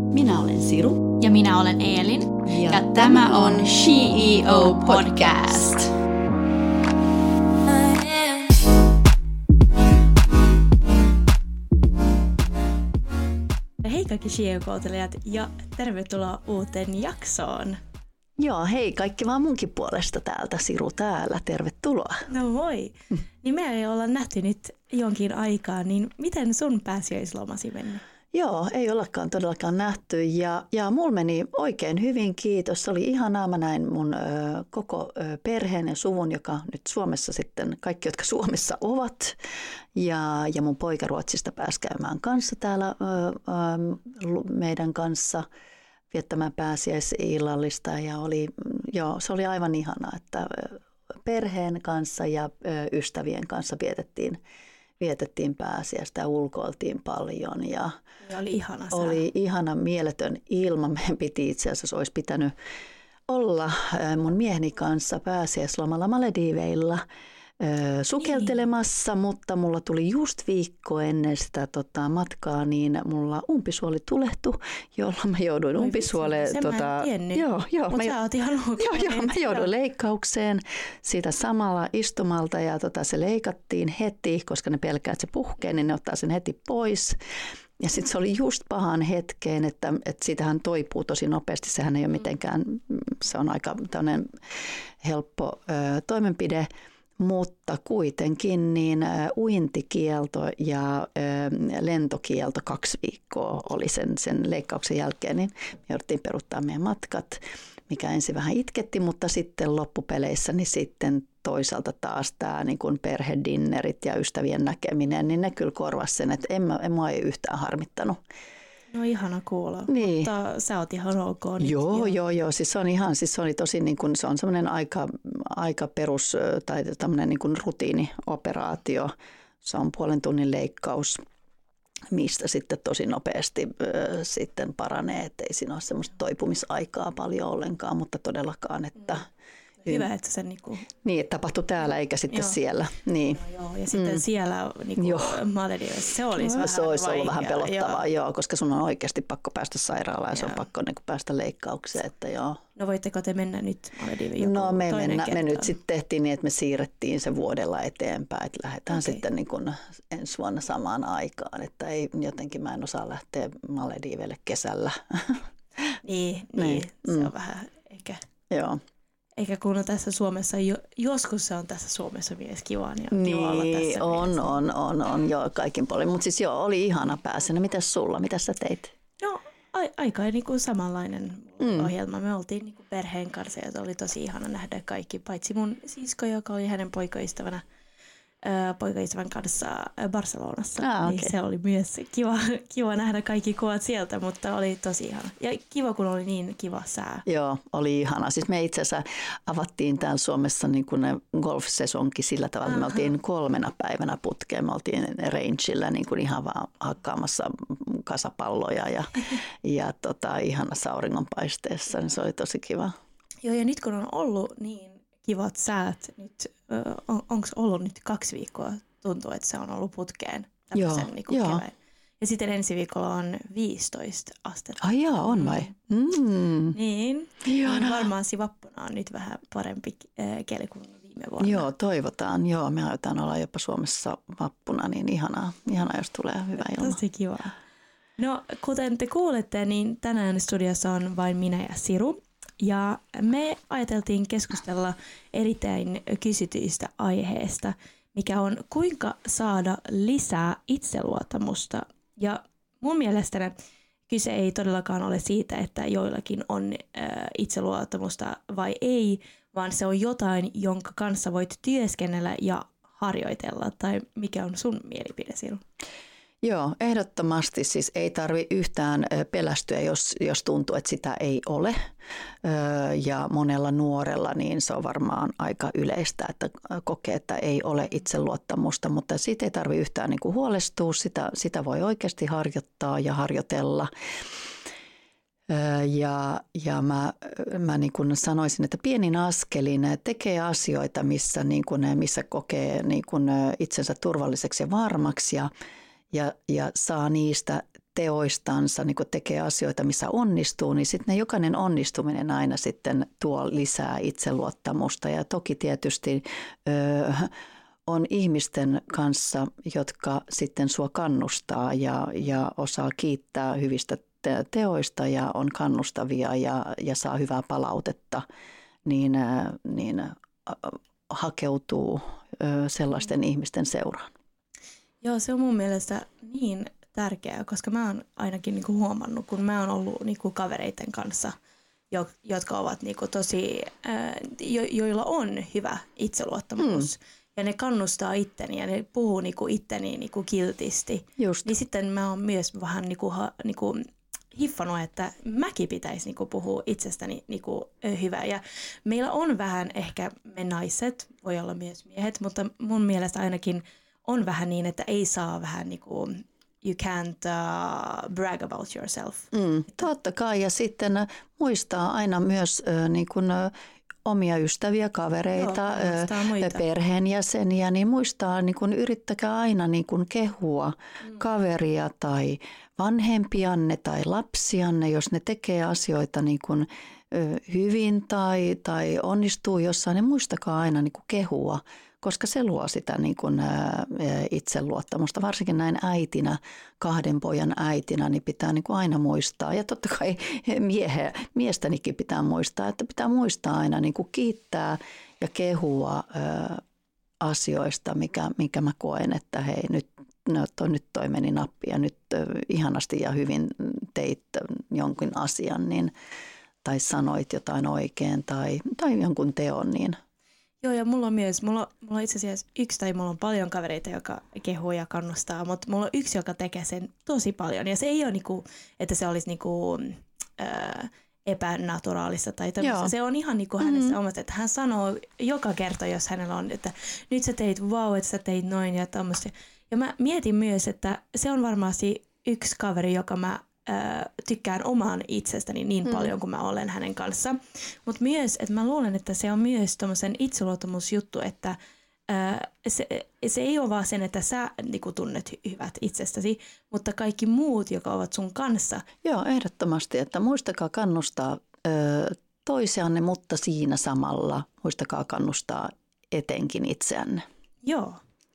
Minä olen Siru. Ja minä olen Eelin. Ja tämä on CEO Podcast. Hei kaikki CEO-kuuntelijat ja tervetuloa uuteen jaksoon. Joo, hei kaikki vaan munkin puolesta täältä. Siru täällä, tervetuloa. No moi. Niin me ei olla nähty nyt jonkin aikaa, niin miten sun pääsiäislomasi meni? Joo, ei ollakaan todellakaan nähty ja mulla meni oikein hyvin, kiitos. Se oli ihanaa, mä näin mun koko perheen ja suvun, joka nyt Suomessa sitten, kaikki jotka Suomessa ovat. Ja mun poika Ruotsista pääsi käymään kanssa täällä meidän kanssa viettämään pääsiäisillallista ja se oli aivan ihanaa, että perheen kanssa ja ystävien kanssa vietettiin pääsiäistä ja ulkoiltiin paljon. Ja oli ihana sää. Oli ihana mieletön ilma. Meidän piti itse asiassa, olisi pitänyt olla mun mieheni kanssa pääsiäislomalla Malediiveilla sukeltelemassa, mutta mulla tuli just viikko ennen sitä matkaa, niin mulla umpisuoli tulehtui, jolla mä jouduin umpisuoleen. Mutta sä oot ihan mä jouduin leikkaukseen siitä samalla istumalta ja se leikattiin heti, koska ne pelkää, että se puhkee, niin ne ottaa sen heti pois. Ja sitten se oli just pahan hetkeen, että siitähän toipuu tosi nopeasti. Sehän ei ole mitenkään, se on aika tämmöinen helppo toimenpide. Mutta kuitenkin niin uintikielto ja lentokielto 2 viikkoa oli sen leikkauksen jälkeen, niin me jouduttiin peruuttaa meidän matkat, mikä ensin vähän itketti, mutta sitten loppupeleissä niin sitten toisaalta taas tämä niin kuin perhedinnerit ja ystävien näkeminen, niin ne kyllä korvasi sen, että en mä ei yhtään harmittanut. No ihana kuulla, niin. Mutta sä oot ihan ok nyt. Joo. Siis se oli tosi niin kuin, se on semmoinen aika perus tai tämmöinen niin kuin rutiinioperaatio. Se on 0,5 tunnin leikkaus, mistä sitten tosi nopeasti sitten paranee, ettei siinä ole semmoista toipumisaikaa paljon ollenkaan, mutta todellakaan, että hyvä, että se niin, että tapahtui täällä eikä sitten siellä. Niin. Joo, ja sitten siellä Malediivissa se olisi vähän se olisi ollut vähän vaikea, pelottavaa, joo, koska sun on oikeasti pakko päästä sairaalaan ja se on pakko päästä leikkaukseen. Että joo. No voitteko te mennä nyt Malediiviin? No me nyt sitten tehtiin niin, että me siirrettiin se vuodella eteenpäin, että lähdetään sitten niin kuin ensi vuonna samaan aikaan, että ei, jotenkin mä en osaa lähteä Malediiville kesällä. Niin. Se on vähän ehkä. Joo. Eikä kun on tässä Suomessa, joskus se on tässä Suomessa myös kiva, niin kiva olla tässä. On joo, kaikin puolin. Mutta siis joo, oli ihana pääsenä. Mitäs sulla? Mitäs sä teit? No aika niin kuin samanlainen ohjelma. Me oltiin niin kuin perheen kanssa ja oli tosi ihana nähdä kaikki, paitsi mun sisko, joka oli hänen poikaystävän kanssa Barcelonassa. Niin se oli myös kiva nähdä kaikki kuvat sieltä, mutta oli tosi ihana. Ja kiva, kun oli niin kiva sää. Joo, oli ihana. Siis me itse asiassa avattiin täällä Suomessa niin kuin ne golf-sesonkin sillä tavalla, että me oltiin 3 päivänä putkeen. Me oltiin rangeillä niin kuin ihan vaan hakkaamassa kasapalloja ja ihanassa auringonpaisteessa. Niin se oli tosi kiva. Joo, ja nyt kun on ollut niin kivat säät, nyt onko ollut nyt 2 viikkoa, tuntuu, että se on ollut putkeen tämmöisen niin kevään. Ja sitten ensi viikolla on 15 astetta. Ai jaa, on vai? Niin, varmaan vappuna on nyt vähän parempi keli kuin viime vuonna. Joo, toivotaan. Joo, me aiotaan olla jopa Suomessa vappuna, niin ihanaa jos tulee hyvä ilma. Tosi kiva. No, kuten te kuulette, niin tänään studiossa on vain minä ja Siru. Ja me ajateltiin keskustella erittäin kysytyistä aiheesta, mikä on kuinka saada lisää itseluottamusta. Ja mun mielestä kyse ei todellakaan ole siitä, että joillakin on itseluottamusta vai ei, vaan se on jotain, jonka kanssa voit työskennellä ja harjoitella. Tai mikä on sun mielipide silloin? Joo, ehdottomasti siis ei tarvitse yhtään pelästyä, jos tuntuu, että sitä ei ole. Ja monella nuorella niin se on varmaan aika yleistä, että kokee, että ei ole itseluottamusta, mutta siitä ei tarvitse yhtään niin kuin huolestua. Sitä voi oikeasti harjoittaa ja harjoitella. Ja mä niin kuin sanoisin, että pienin askelin tekee asioita, missä kokee niin kuin itsensä turvalliseksi ja varmaksi ja saa niistä teoistansa, niin kun tekee asioita, missä onnistuu, niin sitten jokainen onnistuminen aina sitten tuo lisää itseluottamusta. Ja toki tietysti on ihmisten kanssa, jotka sitten sua kannustaa ja osaa kiittää hyvistä teoista ja on kannustavia ja saa hyvää palautetta, niin hakeutuu sellaisten ihmisten seuraan. Joo, se on mun mielestä niin tärkeää, koska mä oon ainakin niinku huomannut, kun mä oon ollut niinku kavereiden kanssa, jotka ovat niinku tosi, joilla on hyvä itseluottamus. Ja ne kannustaa itteni ja ne puhuu niinku itteni niinku kiltisti. Just. Niin sitten mä oon myös vähän niinku hiffannut, että mäkin pitäisi niinku puhua itsestäni niinku hyvää. Ja meillä on vähän ehkä me naiset, voi olla myös miehet, mutta mun mielestä ainakin on vähän niin, että ei saa vähän niinku, you can't brag about yourself. Totta kai, ja sitten muistaa aina myös omia ystäviä, kavereita, perheenjäseniä, niin muistaa, niin kun yrittäkää aina niin kun kehua kaveria tai vanhempianne tai lapsianne, jos ne tekee asioita niin kun hyvin tai onnistuu jossain, niin muistakaa aina niin kun kehua, koska se luo sitä niin kun itseluottamusta. Varsinkin näin äitinä, 2 pojan äitinä, niin pitää niin kun aina muistaa. Ja totta kai miestänikin pitää muistaa, että pitää muistaa aina niin kun kiittää ja kehua asioista, mikä mä koen, että hei, nyt toi meni nappi ja nyt ihanasti ja hyvin teit jonkin asian, niin, tai sanoit jotain oikein tai jonkun teon, niin. Joo, ja mulla on itse asiassa mulla on paljon kavereita, joka kehuu ja kannustaa, mutta mulla on yksi, joka tekee sen tosi paljon. Ja se ei ole niinku, että se olisi niinku, epänaturaalista tai tämmöistä. Se on ihan niinku hänessä omasta, että hän sanoo joka kerta, jos hänellä on, että nyt sä teit että sä teit noin ja tämmöistä. Ja mä mietin myös, että se on varmasti yksi kaveri, joka mä tykkään omaan itsestäni niin paljon kuin mä olen hänen kanssa. Mutta myös, että mä luulen, että se on myös tommosen itseluottamusjuttu, että se ei ole vaan sen, että sä niinku tunnet hyvät itsestäsi, mutta kaikki muut, jotka ovat sun kanssa. Joo, ehdottomasti, että muistakaa kannustaa toisianne, mutta siinä samalla muistakaa kannustaa etenkin itseänne. Joo.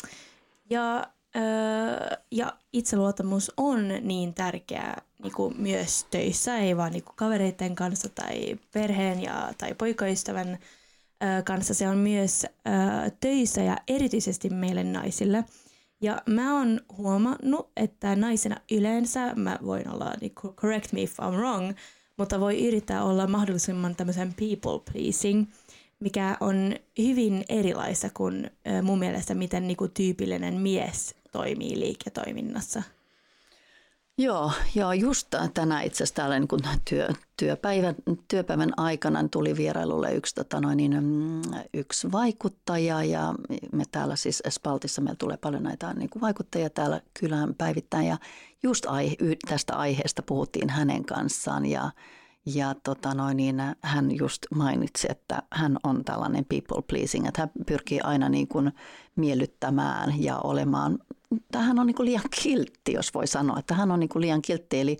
Ja itseluottamus on niin tärkeää niinku myös töissä, ei vaan niinku kavereiden kanssa tai perheen tai poikaystävän kanssa. Se on myös töissä ja erityisesti meille naisille. Ja mä oon huomannut, että naisena yleensä, mä voin olla, niinku, correct me if I'm wrong, mutta voi yrittää olla mahdollisimman tämmöisen people pleasing, mikä on hyvin erilaista kuin mun mielestä, miten niinku tyypillinen mies toimii liiketoiminnassa. Joo, just tänään itse asiassa täällä niin työpäivän aikana tuli vierailulle yksi vaikuttaja ja me täällä siis Espaltissa meillä tulee paljon näitä niin kuin vaikuttajia täällä kylään päivittäin ja just tästä aiheesta puhuttiin hänen kanssaan ja hän just mainitsi, että hän on tällainen people pleasing, että hän pyrkii aina niin kuin miellyttämään ja olemaan. Hän on niin kuin liian kiltti, jos voi sanoa, että hän on niin kuin liian kiltti. Eli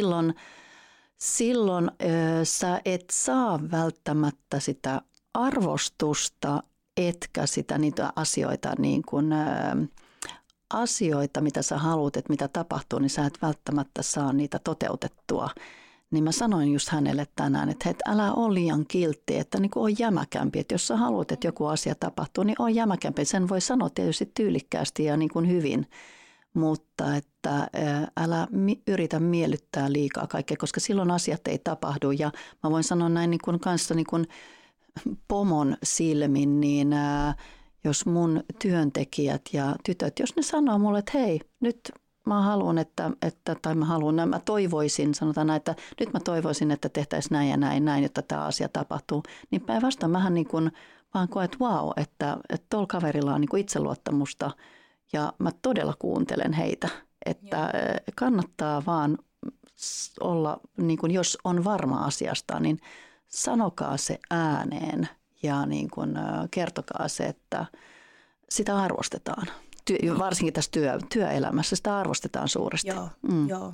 silloin sä et saa välttämättä sitä arvostusta, etkä sitä niitä asioita, niin kuin, asioita, mitä sä haluat, että mitä tapahtuu, niin sä et välttämättä saa niitä toteutettua. Niin mä sanoin just hänelle tänään, että älä ole liian kiltti, että niin kuin ole jämäkämpi. Että jos sä haluat, että joku asia tapahtuu, niin ole jämäkämpi. Sen voi sanoa tietysti tyylikkäästi ja niin kuin hyvin, mutta että älä yritä miellyttää liikaa kaikkea, koska silloin asiat ei tapahdu. Ja mä voin sanoa näin niin kuin kanssa niin kuin pomon silmin, niin jos mun työntekijät ja tytöt, jos ne sanoo mulle, että hei, nyt mä haluan, mä toivoisin, sanotaan näin, että nyt mä toivoisin, että tehtäisiin näin ja näin, jotta tämä asia tapahtuu. Niin päinvastoin mähän niin kuin vaan koen, että vau, että tuolla kaverilla on niin kuin itseluottamusta ja mä todella kuuntelen heitä. Että kannattaa vaan olla, niin kuin jos on varma asiasta, niin sanokaa se ääneen ja niin kuin kertokaa se, että sitä arvostetaan. Varsinkin tässä työelämässä sitä arvostetaan suuresti. Joo.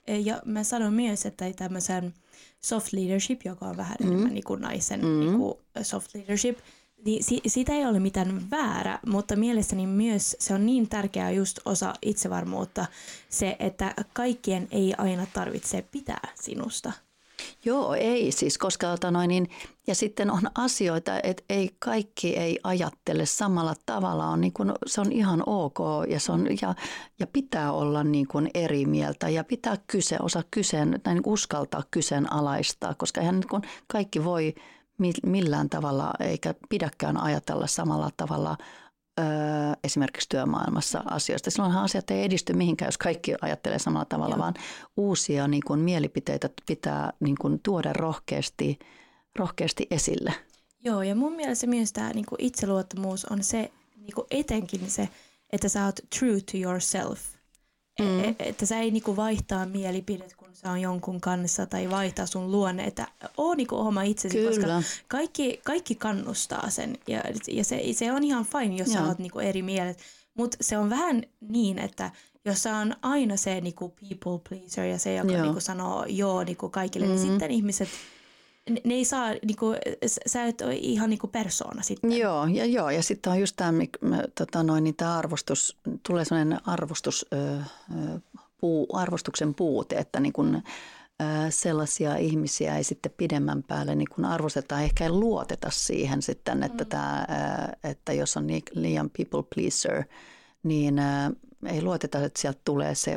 ja mä sanon myös, että tämmöisen soft leadership, joka on vähän enemmän niin kuin naisen niin kuin soft leadership, niin siitä ei ole mitään väärä, mutta mielestäni myös se on niin tärkeää just osa itsevarmuutta, se, että kaikkien ei aina tarvitse pitää sinusta. Joo, ei siis, koska ja sitten on asioita, että ei kaikki ei ajattele samalla tavalla. On niin kuin, se on ihan ok ja pitää olla niin kuin eri mieltä ja pitää uskaltaa kyseenalaistaa, koska eihän niin kuin kaikki voi millään tavalla eikä pidäkään ajatella samalla tavalla esimerkiksi työmaailmassa asioista. Silloinhan asiat ei edisty mihinkään, jos kaikki ajattelee samalla tavalla, vaan uusia niin kuin, mielipiteitä pitää niin kuin, tuoda rohkeasti esille. Joo, ja mun mielestä myös tämä niin kuin itseluottamus on se, niin kuin etenkin se, että sä oot true to yourself. Että sä ei niinku vaihtaa mielipidet, kun sä on jonkun kanssa tai vaihtaa sun luonne, että oo niinku oma itsesi, Kyllä. koska kaikki kannustaa sen ja se on ihan fine, jos sä oot niinku eri mielet, mutta se on vähän niin, että jos sä on aina se niinku people pleaser ja se, joka niinku sanoo joo niinku kaikille, niin sitten ihmiset ne ei saa, niinku, sä et ole ihan niinku persoona sitten. Joo, ja sitten on just tämä arvostus, tulee sellainen arvostuksen puute, että niin kun, sellaisia ihmisiä ei sitten pidemmän päälle niin kun arvostetaan, ehkä ei luoteta siihen sitten, että, että jos on liian people pleaser, niin ei luoteta, että sieltä tulee se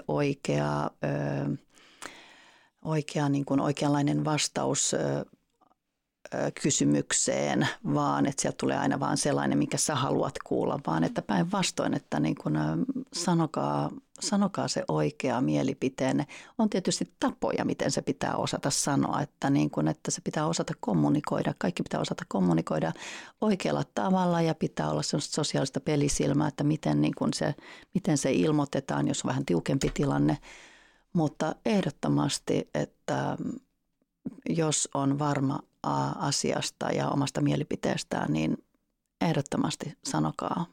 oikeanlainen vastaus kysymykseen, vaan että sieltä tulee aina vaan sellainen, mikä sä haluat kuulla, vaan että päinvastoin, että niin kun, sanokaa se oikea mielipiteenne. On tietysti tapoja, miten se pitää osata sanoa, että, niin kun, että se pitää osata kommunikoida. Kaikki pitää osata kommunikoida oikealla tavalla ja pitää olla sellaista sosiaalista pelisilmää, että miten se ilmoitetaan, jos on vähän tiukempi tilanne. Mutta ehdottomasti, että jos on varma asiasta ja omasta mielipiteestään, niin ehdottomasti sanokaa.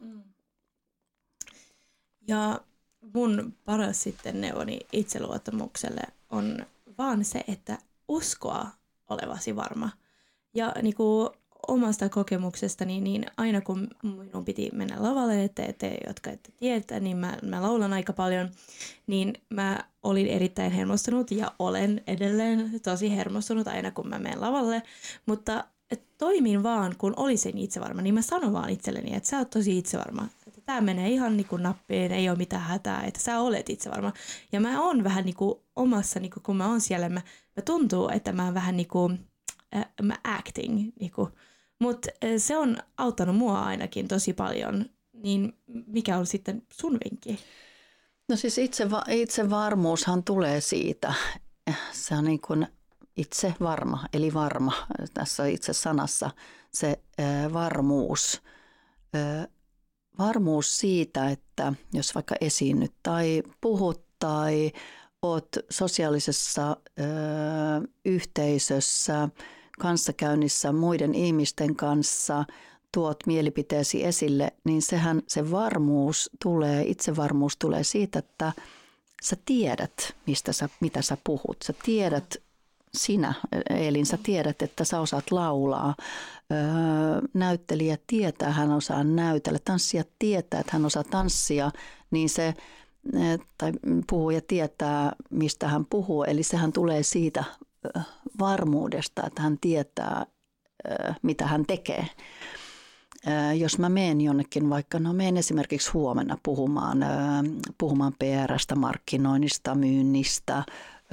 Ja mun paras sitten neuvoni itseluottamukselle on vaan se, että uskoa olevasi varma. Ja niin kuin omasta kokemuksestani, niin aina kun minun piti mennä lavalle, te jotka ette tiedä, niin mä laulan aika paljon, niin mä olin erittäin hermostunut ja olen edelleen tosi hermostunut aina kun mä menen lavalle, mutta toimin vaan, kun olisin itsevarma, niin mä sanon vaan itselleni, että sä oot tosi itsevarma. Että tää menee ihan niin kuin nappiin, ei ole mitään hätää, että sä olet itsevarma. Ja mä oon vähän niin kuin omassa, niin kuin kun mä oon siellä, mä tuntuu, että mä vähän niin kuin mä acting, niin kuin. Mutta se on auttanut mua ainakin tosi paljon, niin mikä on sitten sun vinkki? No siis itsevarmuushan tulee siitä. Se on niin kuin itse varma, eli varma. Tässä itse sanassa se varmuus. Varmuus siitä, että jos vaikka esiinnyt tai puhut tai oot sosiaalisessa yhteisössä, kanssakäynnissä muiden ihmisten kanssa, tuot mielipiteesi esille, niin se varmuus tulee, itsevarmuus tulee siitä, että sä tiedät, mitä sä puhut. Sä tiedät Elin, sä tiedät, että sä osaat laulaa. Näyttelijä tietää, hän osaa näytellä. Tanssija tietää, että hän osaa tanssia, niin se, tai puhuja tietää, mistä hän puhuu. Eli sehän tulee siitä varmuudesta, että hän tietää, mitä hän tekee. Jos mä menen jonnekin, menen esimerkiksi huomenna puhumaan PR:stä, markkinoinnista, myynnistä,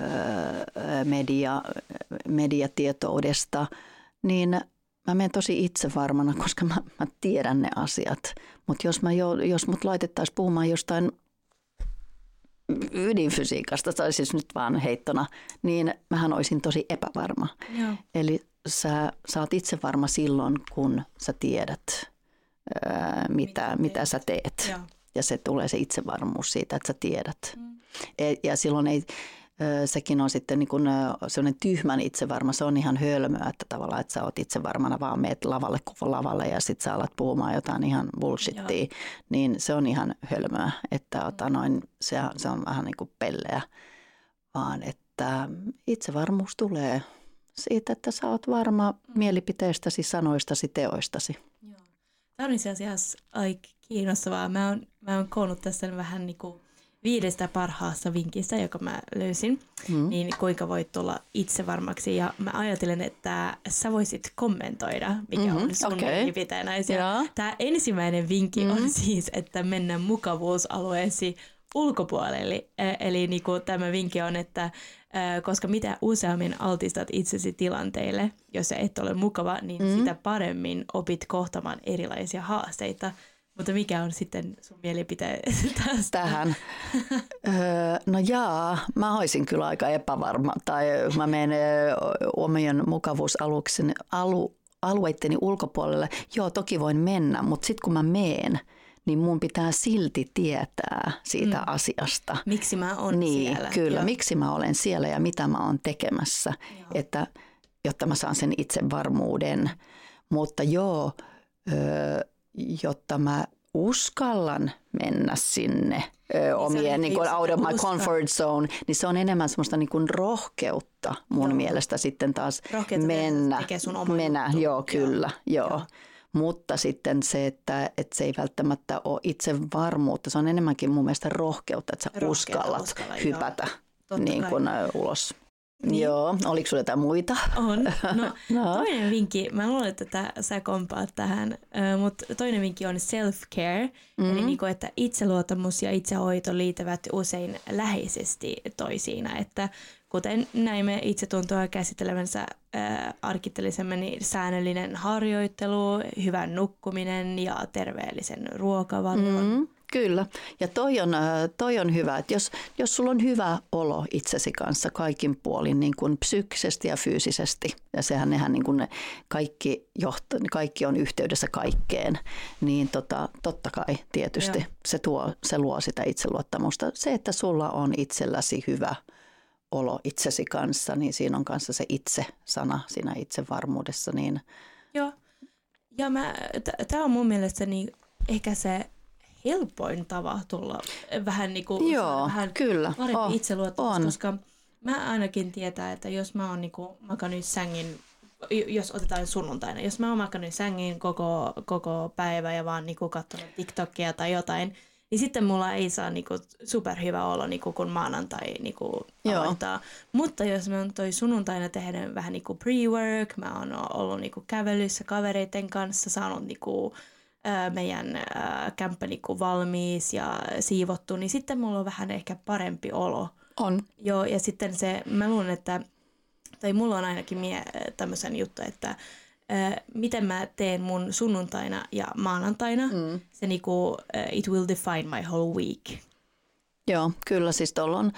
mediatietoudesta, niin mä menen tosi itsevarmana, koska mä tiedän ne asiat. Mutta jos mut laitettaisiin puhumaan jostain ydinfysiikasta, tai siis nyt vaan heittona, niin mähän olisin tosi epävarma. Joo. Eli sä oot itsevarma silloin, kun sä tiedät, mitä sä teet. Joo. Ja se tulee se itsevarmuus siitä, että sä tiedät. Ja silloin ei, sekin on sitten niin kuin sellainen tyhmän itsevarma, se on ihan hölmöä, että tavallaan, että sä oot itsevarmana vaan meet lavalle ja sit sä alat puhumaan jotain ihan bullshittia, niin se on ihan hölmöä, että se on vähän niin kuin pelleä, vaan että itsevarmuus tulee siitä, että sä oot varma mielipiteistäsi, sanoistasi, teoistasi. Joo. Tämä on itse asiassa aika kiinnostavaa. Mä oon koonnut tässä vähän niin kuin 5 parhaasta vinkistä, joka mä löysin, niin kuinka voit tulla itsevarmaksi. Ja mä ajattelen, että sä voisit kommentoida, mikä on sun mielipiteenä. Tämä ensimmäinen vinkki on siis, että mennä mukavuusalueesi ulkopuolelle. Eli niin kuin tämä vinkki on, että koska mitä useammin altistat itsesi tilanteille, jos et ole mukava, niin sitä paremmin opit kohtamaan erilaisia haasteita. Mutta mikä on sitten sun mielipite tähän? No mä olisin kyllä aika epävarma. Tai mä menen omien mukavuusalueitteni ulkopuolelle. Joo, toki voin mennä, mutta sitten kun mä menen, niin mun pitää silti tietää siitä asiasta. Miksi mä oon siellä. Kyllä, miksi mä olen siellä ja mitä mä oon tekemässä, jotta mä saan sen itsevarmuuden. Mutta jotta mä uskallan mennä sinne omien niin kuin out of my comfort zone, niin se on enemmän semmoista niin kuin rohkeutta mun mielestä sitten taas mennä. Joo, kyllä, joo. Mutta sitten se, että se ei välttämättä ole itsevarmuutta, se on enemmänkin mun mielestä rohkeutta, että sä uskallat hypätä niin kuin ulos. Niin. Joo, oliko sulla jotain muita? On. No. Toinen vinkki, mä luulen, että sä kompaat tähän, mutta toinen vinkki on self-care, eli niin kuin, että itseluottamus ja itsehoito liittävät usein läheisesti toisiin, että kuten näimme itsetuntoa käsittelevänsä arkittelisemmin, niin säännöllinen harjoittelu, hyvän nukkuminen ja terveellisen ruokavalion. Kyllä. Ja toi on hyvä, että jos sulla on hyvä olo itsesi kanssa kaikin puolin niin kuin psyykkisesti ja fyysisesti, ja sehän nehän niin kuin ne kaikki on yhteydessä kaikkeen, niin totta kai tietysti se luo sitä itseluottamusta. Se, että sulla on itselläsi hyvä olo itsesi kanssa, niin siinä on kanssa se itse-sana siinä itsevarmuudessa. Niin. Joo. Ja tämä on mun mielestä niin ehkä se helpoin tapa tulla vähän niin kuin vähän kyllä. parempi itseluottamus, koska mä ainakin tietää, että jos mä oon niin kuin makannut sängin, jos otetaan sunnuntaina, jos mä oon makannut sängin koko päivä ja vaan niin kuin katsonut TikTokia tai jotain, niin sitten mulla ei saa niin kuin superhyvä olo, niin kuin kun maanantai niin kuin aloittaa. Mutta jos mä oon toi sunnuntaina tehnyt vähän niin kuin pre-work, mä oon ollut niin kuin kävelyssä kavereiden kanssa, saanut niin kuin meidän kämppä niinku valmis ja siivottu, niin sitten mulla on vähän ehkä parempi olo. On. Joo, ja sitten mä luulen, että, tai mulla on ainakin tämmöisen juttu, että miten mä teen mun sunnuntaina ja maanantaina, se niinku, it will define my whole week. Joo, kyllä siis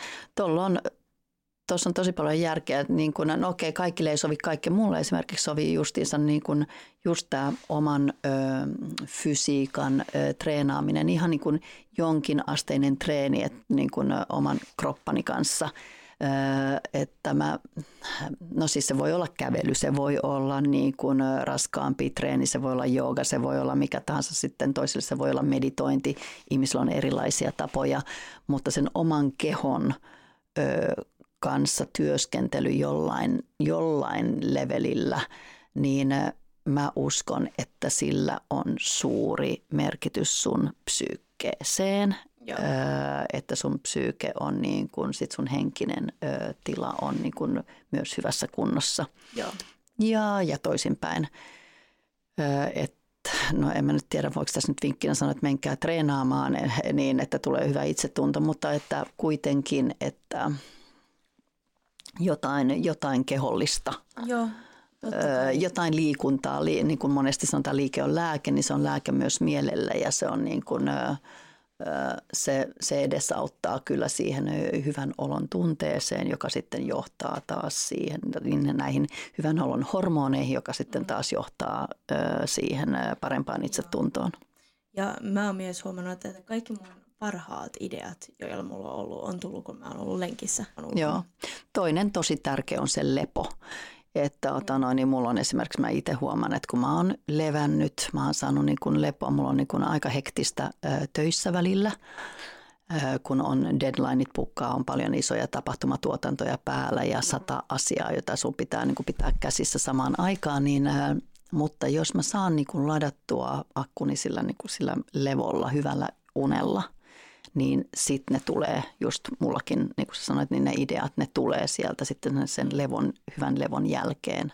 tuossa on tosi paljon järkeä, että niin kun, kaikille ei sovi kaikki. Mulle esimerkiksi sovi justiinsa niin kun, just tämä oman fysiikan treenaaminen, ihan niin kuin jonkinasteinen treeni niin kun, oman kroppani kanssa. Että siis se voi olla kävely, se voi olla niin kuin raskaampi treeni, se voi olla jooga, se voi olla mikä tahansa sitten, toiselle se voi olla meditointi. Ihmisillä on erilaisia tapoja, mutta sen oman kehon kanssa työskentely jollain levelillä, niin mä uskon, että sillä on suuri merkitys sun psyykkeeseen, että sun psyyke on niin kuin, sit sun henkinen tila on niin kuin myös hyvässä kunnossa. Joo. Ja toisinpäin. No en mä nyt tiedä, voiko tässä nyt vinkkinä sanoa, että menkää treenaamaan niin, että tulee hyvä itsetunto, mutta että kuitenkin, että jotain kehollista, jotain liikuntaa, niin kuin monesti sanotaan liike on lääke, niin se on lääke myös mielelle ja se on niin kuin, se edesauttaa kyllä siihen hyvän olon tunteeseen, joka sitten johtaa taas siihen näihin hyvän olon hormoneihin, joka sitten taas johtaa siihen parempaan itsetuntoon. Ja mä oon myös huomannut, että kaikki mun parhaat ideat, joilla mulla on ollut, on tullut, kun mä oon ollut lenkissä. Joo. Toinen tosi tärkeä on se lepo. Että niin mulla on esimerkiksi, mä itse huomaan, että kun mä oon levännyt, mä oon saanut niin kuin lepoa, mulla on niin kuin aika hektistä töissä välillä. kun on deadlineit pukkaa, on paljon isoja tapahtumatuotantoja päällä ja 100 asiaa, jota sun pitää niin kuin pitää käsissä samaan aikaan, niin mutta jos mä saan niin kuin ladattua akkuni sillä, niin kuin sillä levolla, hyvällä unella, niin sitten ne tulee just mullakin, niin kuin sä sanoit, niin ne ideat, ne tulee sieltä sitten sen hyvän levon jälkeen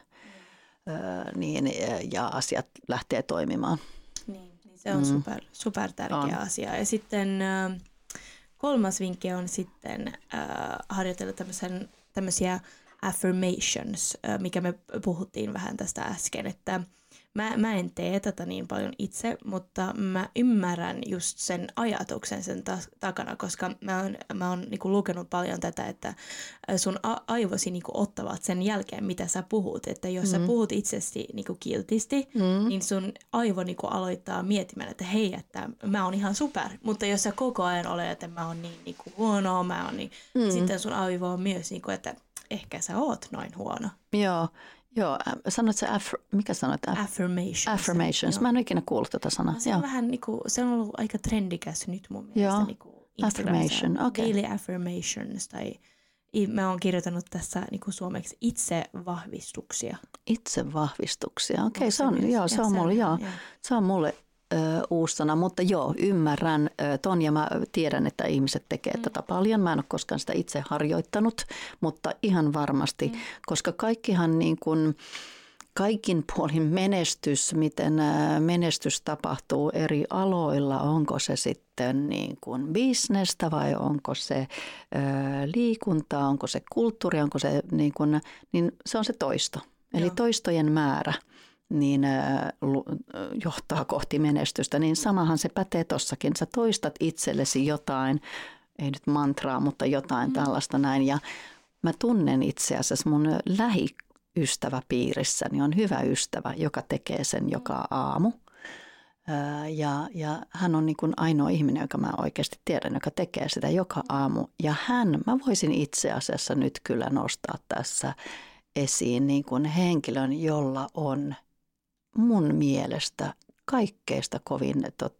niin, ja asiat lähtee toimimaan. Niin se on super tärkeä asia. Ja sitten kolmas vinkki on sitten harjoitella tämmöisiä affirmations, mikä me puhuttiin vähän tästä äsken, että mä en tee tätä niin paljon itse, mutta mä ymmärrän just sen ajatuksen sen takana, koska mä oon niinku lukenut paljon tätä, että sun aivosi niinku ottavat sen jälkeen, mitä sä puhut. Että jos sä puhut itsesi niinku kiltisti, niin sun aivo niinku aloittaa miettimään, että hei, että mä oon ihan super. Mutta jos sä koko ajan olet, että mä oon niin niinku huono, niin sitten sun aivo on myös, niinku, että ehkä sä oot noin huono. Joo, sanoit se, mikä sanoit? Affirmations. Mä en ole ikinä kuullut tätä sanaa. Se on vähän niinku, se on ollut aika trendikäs nyt mun mielestä. Niinku affirmation, okei. Daily affirmations tai mä oon kirjoittanut tässä niinku suomeksi itsevahvistuksia. Itsevahvistuksia, okei, se on mulle uusi sana, mutta ymmärrän ton ja mä tiedän, että ihmiset tekee tätä paljon. Mä en ole koskaan sitä itse harjoittanut, mutta ihan varmasti, koska kaikkihan niin kuin kaikin puolin menestys, miten menestys tapahtuu eri aloilla, onko se sitten niin kuin bisnestä vai onko se liikuntaa, onko se kulttuuri, onko se niin se on se toisto. Eli toistojen määrä niin johtaa kohti menestystä, niin samahan se pätee tossakin. Sä toistat itsellesi jotain, ei nyt mantraa, mutta jotain tällaista näin. Ja mä tunnen itse asiassa mun lähiystäväpiirissäni on hyvä ystävä, joka tekee sen joka aamu. Ja hän on niin kuin ainoa ihminen, joka mä oikeasti tiedän, joka tekee sitä joka aamu. Ja mä voisin itse asiassa nyt kyllä nostaa tässä esiin niin kuin henkilön, jolla on mun mielestä kaikkeista kovin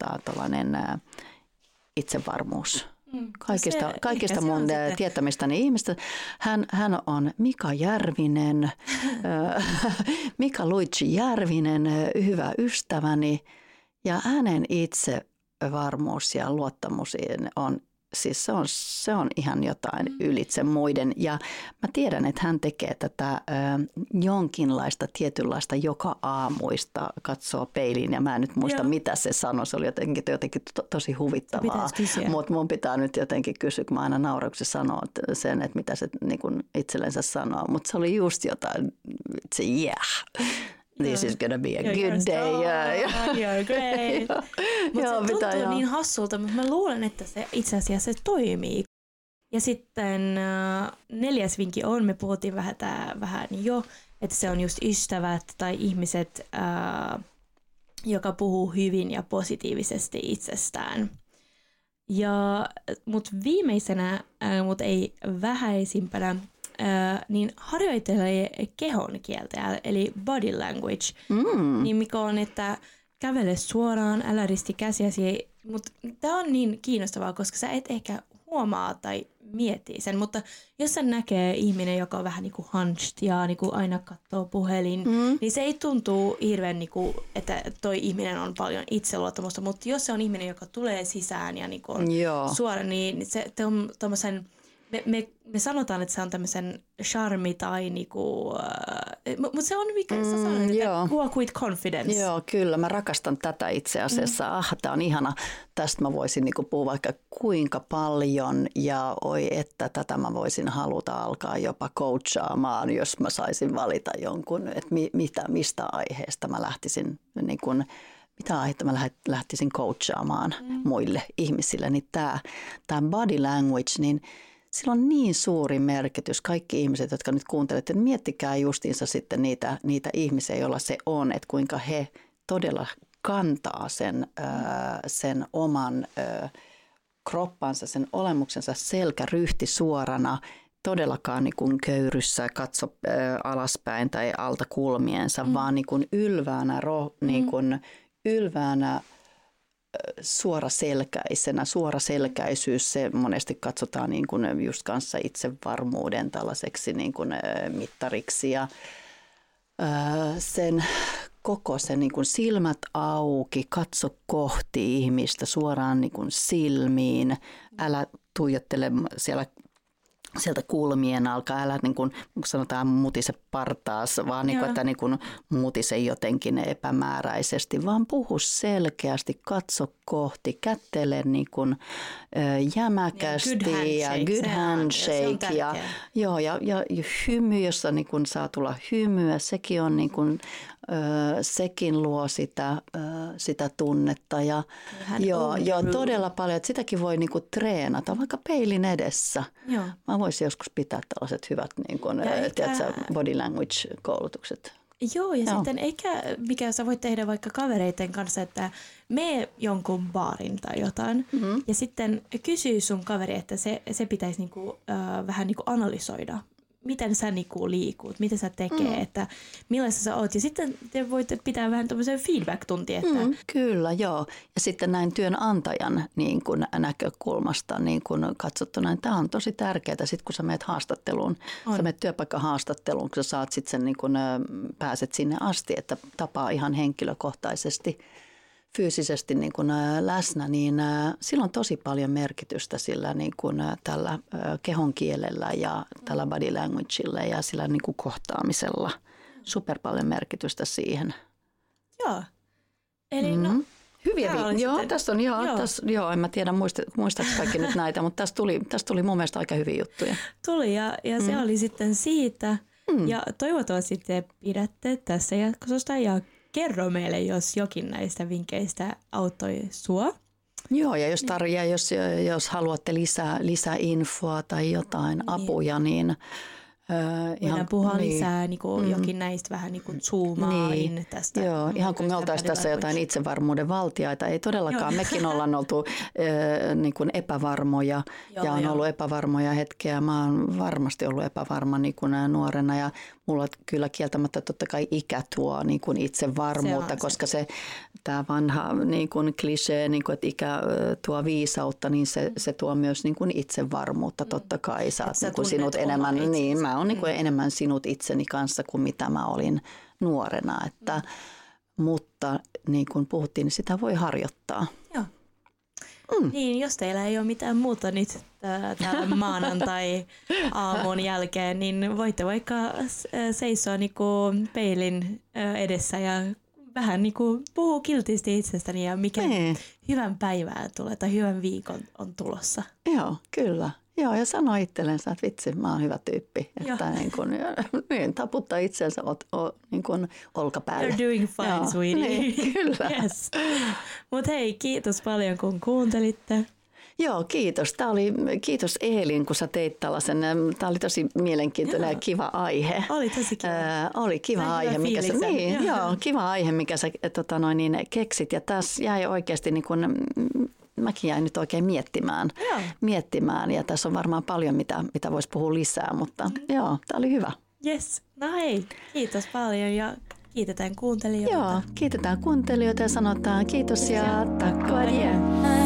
itsevarmuus. Kaikista mun tietämistäni ihmistä. Hän on Mika Järvinen, Mika Luigi Järvinen, hyvä ystäväni. Ja hänen itsevarmuus ja luottamus on, siis se on ihan jotain ylitse muiden. Ja mä tiedän, että hän tekee tätä jonkinlaista tietynlaista joka aamuista, katsoo peiliin. Ja mä en nyt muista, mitä se sanoi. Se oli jotenkin tosi huvittavaa. Mutta mun pitää nyt jotenkin kysyä, kun mä aina naurauksessa sanoo sen, että mitä se niin kun itsellensä sanoo. Mutta se oli just jotain, se this is gonna be a good day. You're great. Mutta se tuntuu niin hassulta, mutta mä luulen, että se itse asiassa se toimii. Ja sitten 4. vinkki on, me puhuttiin vähän jo, että se on just ystävät tai ihmiset, joka puhuu hyvin ja positiivisesti itsestään. Mutta viimeisenä, mutta ei vähäisimpänä, niin harjoittelee kehon kieltä, eli body language, niin mikä on, että kävele suoraan, älä risti käsiäsi, mutta tämä on niin kiinnostavaa, koska sä et ehkä huomaa tai miettii sen, mutta jos sä näkee ihminen, joka on vähän niin kuin hunched ja niin kuin aina katsoo puhelin, niin se ei tuntuu hirveän, niin kuin, että toi ihminen on paljon itseluottamusta, mutta jos se on ihminen, joka tulee sisään ja niin kuin on suora, niin se on tommosen. Me sanotaan, että se on tämmöisen charmi tai niinku, mutta se on mikä sä sanoit, että walk with confidence. Joo, kyllä. Mä rakastan tätä itse asiassa. Tää on ihana. Tästä mä voisin niinku puhua vaikka kuinka paljon ja että tätä mä voisin haluta alkaa jopa coachaamaan, jos mä saisin valita jonkun, että mistä aiheesta mä lähtisin, niin kun, mitä aihetta mä lähtisin coachaamaan muille ihmisille. Niin tää body language, niin sillä on niin suuri merkitys. Kaikki ihmiset, jotka nyt kuuntelette, että miettikää justiinsa sitten niitä ihmisiä, joilla se on, että kuinka he todella kantaa sen oman kroppansa, sen olemuksensa selkäryhti suorana, todellakaan niin kuin köyryssä katso alaspäin tai alta kulmiensa, vaan niin kuin ylväänä suoraselkäisenä. Suoraselkäisyys, se monesti katsotaan niin kuin just kanssa itsevarmuuden tällaiseksi niin kuin mittariksi ja sen koko se niin kuin silmät auki, katso kohti ihmistä suoraan niin kuin silmiin, älä tuijottele sieltä kulmien alkaa, älä niin kuin sanotaan mutise partaas, vaan niin kuin, että niin kuin mutise jotenkin epämääräisesti, vaan puhu selkeästi, katso kohti, kättele niin kuin jämäkästi ja good handshake ja hymy, jossa niin kuin saa tulla hymyä, sekin on niin kuin sekin luo sitä tunnetta ja todella paljon, että sitäkin voi niinku treenata vaikka peilin edessä. Joo. Mä voisin joskus pitää tällaiset hyvät niinku, body language koulutukset. Joo, ja sitten mikä sä voit tehdä vaikka kavereiden kanssa, että mene jonkun baarin tai jotain, ja sitten kysyy sun kaveri, että se pitäisi niinku, vähän niinku analysoida. Miten sä niinku liikut, mitä sä tekee, että millaista sä oot. Ja sitten te voitte pitää vähän tämmöisen feedback-tuntia. Että Kyllä, joo. Ja sitten näin työnantajan niin kun näkökulmasta niin kun katsottuna, että tämä on tosi tärkeää. Sitten kun sä menet haastatteluun, sä menet työpaikkahaastatteluun, kun sä saat sitten sen, niin kun pääset sinne asti, että tapaa ihan henkilökohtaisesti fyysisesti niin kuin läsnä, niin sillä on tosi paljon merkitystä sillä niin kuin tällä kehon kielellä ja tällä body languageilla ja sillä niin kuin kohtaamisella. Super paljon merkitystä siihen. Joo. Eli hyviä joo, tässä on en mä tiedä muistaako kaikki nyt näitä, mutta tästä tuli mun mielestä aika hyviä juttuja. Tuli ja se oli sitten siitä ja toivottavasti te pidätte tässä jaksosta ja kerro meille, jos jokin näistä vinkkeistä auttoi sua. Joo, ja jos haluatte lisää infoa tai jotain apuja, niin voidaan puhua lisää jokin näistä vähän niin kuin zoomain tästä. Joo, ihan kun me oltaisiin tässä jotain itsevarmuuden valtiaita. Ei todellakaan, mekin ollaan oltu niin kuin epävarmoja ja on ollut epävarmoja hetkeä. Mä oon varmasti ollut epävarma niin kuin nuorena ja mulla kyllä kieltämättä totta kai ikä tuo niin kuin itsevarmuutta, koska tämä vanha niin kuin klisee, niin kuin, että ikä tuo viisautta, niin se tuo myös niin kuin itsevarmuutta. Totta kai saat niin kuin sinut enemmän, niin mä oon niin kuin enemmän sinut itseni kanssa kuin mitä mä olin nuorena. Mutta niin kuin puhuttiin, niin sitä voi harjoittaa. Joo. Niin, jos teillä ei ole mitään muuta nyt täällä maanantai-aamun jälkeen, niin voitte vaikka seisoa niinku peilin edessä ja vähän niinku puhua kiltisti itsestäni ja mikä hyvän päivää tulee tai hyvän viikon on tulossa. Joo, kyllä. Joo, ja sano itsellensä, että vitsi, mä oon hyvä tyyppi. Että niin taputtaa itsensä niin kuin olkapäälle. You're doing fine, sweetie. Niin, kyllä. Yes. Mutta hei, kiitos paljon kun kuuntelitte. Joo, kiitos. Kiitos Eelin, kun sä teit tällaisen. Tämä oli tosi mielenkiintoinen ja kiva aihe. Oli tosi kiva. Oli kiva aihe, kiva aihe, mikä sä keksit. Ja tässä jäi oikeasti niin kuin, mäkin jäin nyt oikein miettimään. Ja tässä on varmaan paljon, mitä voisi puhua lisää, mutta joo, tämä oli hyvä. Yes, no hei, kiitos paljon ja kiitetään kuuntelijoita. Joo, kiitetään kuuntelijoita ja sanotaan kiitos ja tack och adjö.